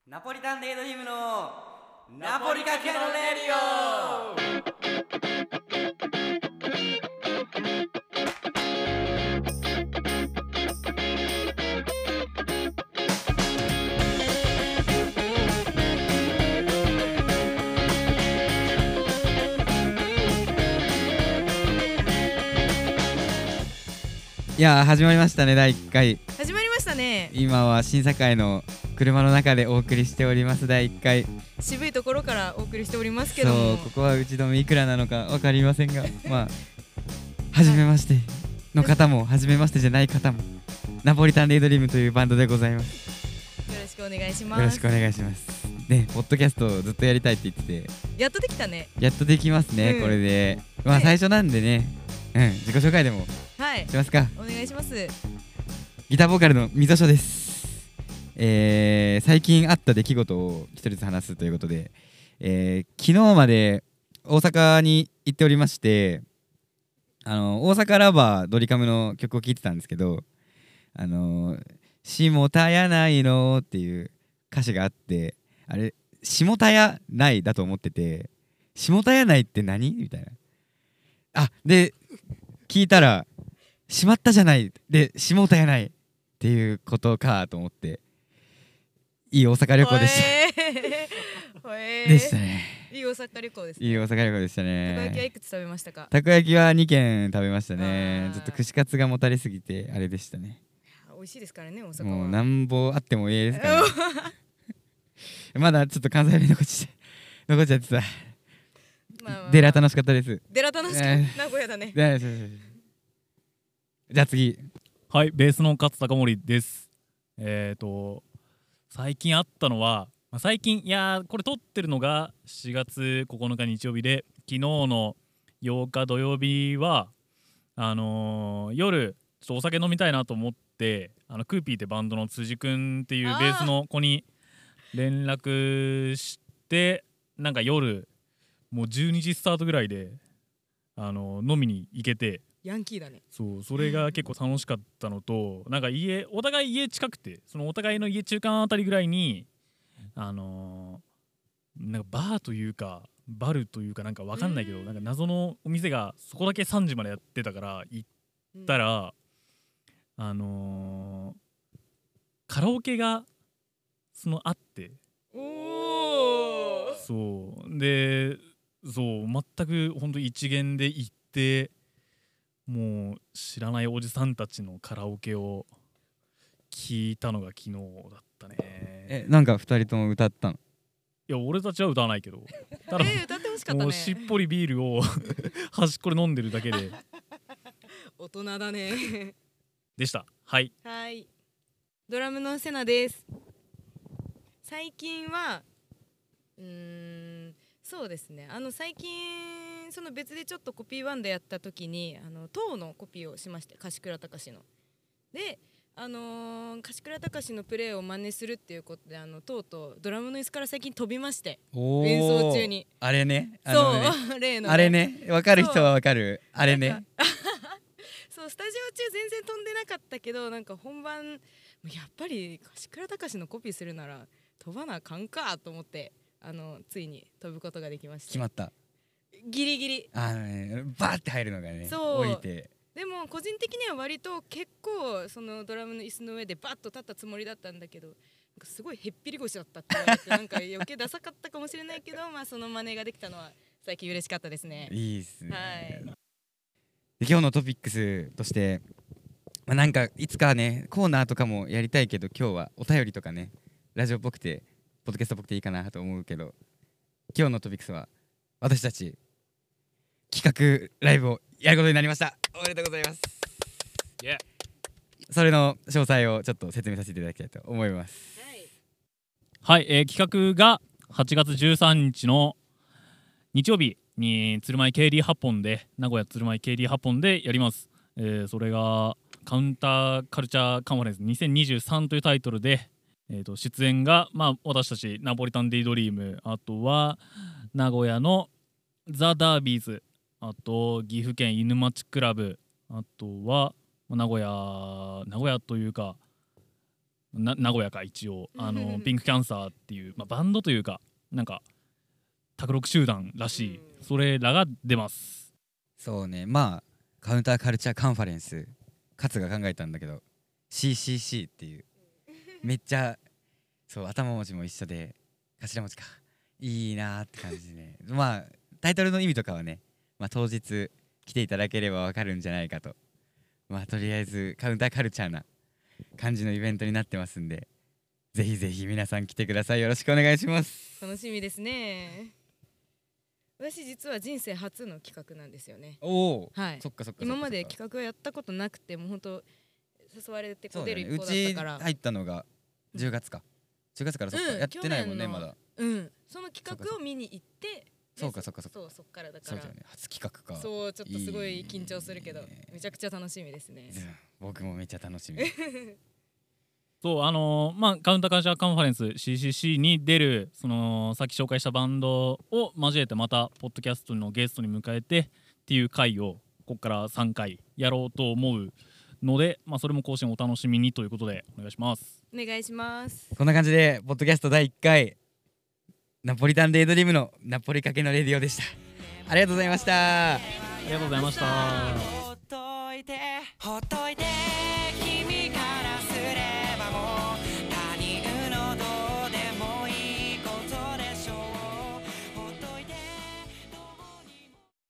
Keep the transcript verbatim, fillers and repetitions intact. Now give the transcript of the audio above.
ナポリタンデイドリームのナポリかけのレディオ。いやー、始まりましたね。だいいっかい始まりましたね。 今は審査会の車の中でお送りしております。だいいっかい、 渋いところからお送りしておりますけども、 そう、ここは打ち止めいくらなのか分かりませんがまあ初めましての方も初めましてじゃない方もナポリタンデイドリームというバンドでございます。 よろしくお願いします。 よろしくお願いしますね。ポッドキャストをずっとやりたいって言ってて、 やっとできたね。 やっとできますね、 うん、 これでまあ、 はい、 最初なんでね、うん、自己紹介でもはいしますか。 お願いします。 ギターボーカルの溝所です。えー、最近あった出来事を一人ずつ話すということで、えー、昨日まで大阪に行っておりまして、あの大阪ラバードリカムの曲を聴いてたんですけど、あのー、下田やないのっていう歌詞があって、あれ下田やないだと思ってて、下田やないって何みたいな。あで聞いたらしまったじゃないで下田やないっていうことかと思って、いい大阪旅行でしたほえー、 でしたね。 いい大阪旅行ですね。 いい大阪旅行でしたね。 たこ焼きはいくつ食べましたか？ たこ焼きはにけん食べましたね。ちょっと串カツがもたれすぎてあれでしたね。 美味しいですからね、大阪は。 もうなんぼあってもええですからねまだちょっと関西弁残っちゃ残っちゃってた。まあまあまあ、デラ楽しかったです。 デラ楽しかった、えー、名古屋だね。 じゃあ次、 はい、ベースの勝高森です。えっ、ー、と最近あったのは、まあ、最近いやーこれ撮ってるのがしがつここのか日曜日で、昨日のようか土曜日はあのー、夜ちょっとお酒飲みたいなと思って、あのクーピーってバンドの辻くんっていうベースの子に連絡して、なんか夜もうじゅうにじスタートぐらいで、あのー、飲みに行けて、 ヤンキーだね。 そう、それが結構楽しかったのと、なんか家お互い家近くて、そのお互いの家中間あたりぐらいにあのー、なんかバーというかバルというかなんかわかんないけど、なんか謎のお店がそこだけさんじまでやってたから行ったら、うん、あのー、カラオケがそのあって、 おー、 そうで、そう全く本当一元で行って、もう知らないおじさんたちのカラオケを聞いたのが昨日だったね。 え、なんかふたりとも歌ったの？ いや、俺たちは歌わないけど、ただ、 えー、歌ってほしかったね。 もうしっぽりビールを端っこで飲んでるだけで大人だねでした。はい、 はい、ドラムのセナです。最近はうーんそうですね、あの最近その別でちょっとコピーバンドやった時に、あのトーのコピーをしまして、柏倉隆ので、あのー、柏倉隆のプレーを真似するっていうことで、あのトーとドラムの椅子から最近飛びまして、演奏中にあれね、 あのねそう例のね、 あれね、分かる人は分かるあれねそう、スタジオ中全然飛んでなかったけど、なんか本番やっぱり柏倉隆のコピーするなら飛ばなあかんかと思って、あのついに飛ぶことができました。 決まった。 ギリギリ、 あのね、バーって入るのがね、 そう降りて。 でも個人的には割と結構そのドラムの椅子の上でバッと立ったつもりだったんだけど、なんかすごいへっぴり腰だったって言われて、なんか余計ダサかったかもしれないけどまあその真似ができたのは最近嬉しかったですね。 いいっすね、 はい、 で今日のトピックスとして、まあ、なんかいつかねコーナーとかもやりたいけど、今日はお便りとかねラジオっぽくてポッドキャストっぽくていいかなと思うけど、今日のトピックスは私たち企画ライブをやることになりました。おめでとうございます。 yeah. それの詳細をちょっと説明させていただきたいと思います。 はい、はい、えー、企画がはちがつじゅうさんにちの日曜日に鶴舞 ケーディー 八本で、名古屋鶴舞 ケーディー 八本でやります。えー、それがカウンターカルチャーカンファレンスにせんにじゅうさんというタイトルで、えー、と出演が、まあ、私たちナポリタンデイドリーム、あとは名古屋のザ・ダービーズ、あと岐阜県犬町クラブ、あとは名古屋名古屋というかな名古屋か一応あのピンクキャンサーっていう、まあ、バンドというかなんか卓録集団らしい、それらが出ます。 そうね、まあカウンターカルチャーカンファレンス勝が考えたんだけど シーシーシー っていうめっちゃそう頭文字も一緒で頭文字かいいなーって感じでねまあタイトルの意味とかはね、まあ、当日来ていただければわかるんじゃないかと、まあとりあえずカウンターカルチャーな感じのイベントになってますんで、ぜひぜひ皆さん来てください。よろしくお願いします。 楽しみですね。私実は人生初の企画なんですよね。 おお、 はい、 そっかそっかそっか。 今まで企画はやったことなくて、もう本当誘われてこう出る一方だうちったから、 入ったのがじゅうがつか、じゅうがつからそっか、 うんやってないもんねまだ。 うん、その企画を見に行って、 そうかそうかそうか、 そうそっからだから、 そうだよね、初企画か。 そうちょっとすごい緊張するけど、めちゃくちゃ楽しみですね。 僕もめっちゃ楽しみ。 そうあのー、まあカウンターカルチャーカンファレンス シーシーシー に出るそのさっき紹介したバンドを交えてまたポッドキャストのゲストに迎えてっていう回をここからさんかいやろうと思うので、まあ、それも更新お楽しみにということでお願いします。 お願いします。 こんな感じでポッドキャストだいいっかいナポリタンデイドリームのナポリかけのレディオでした。ありがとうございました。 ありがとうございました。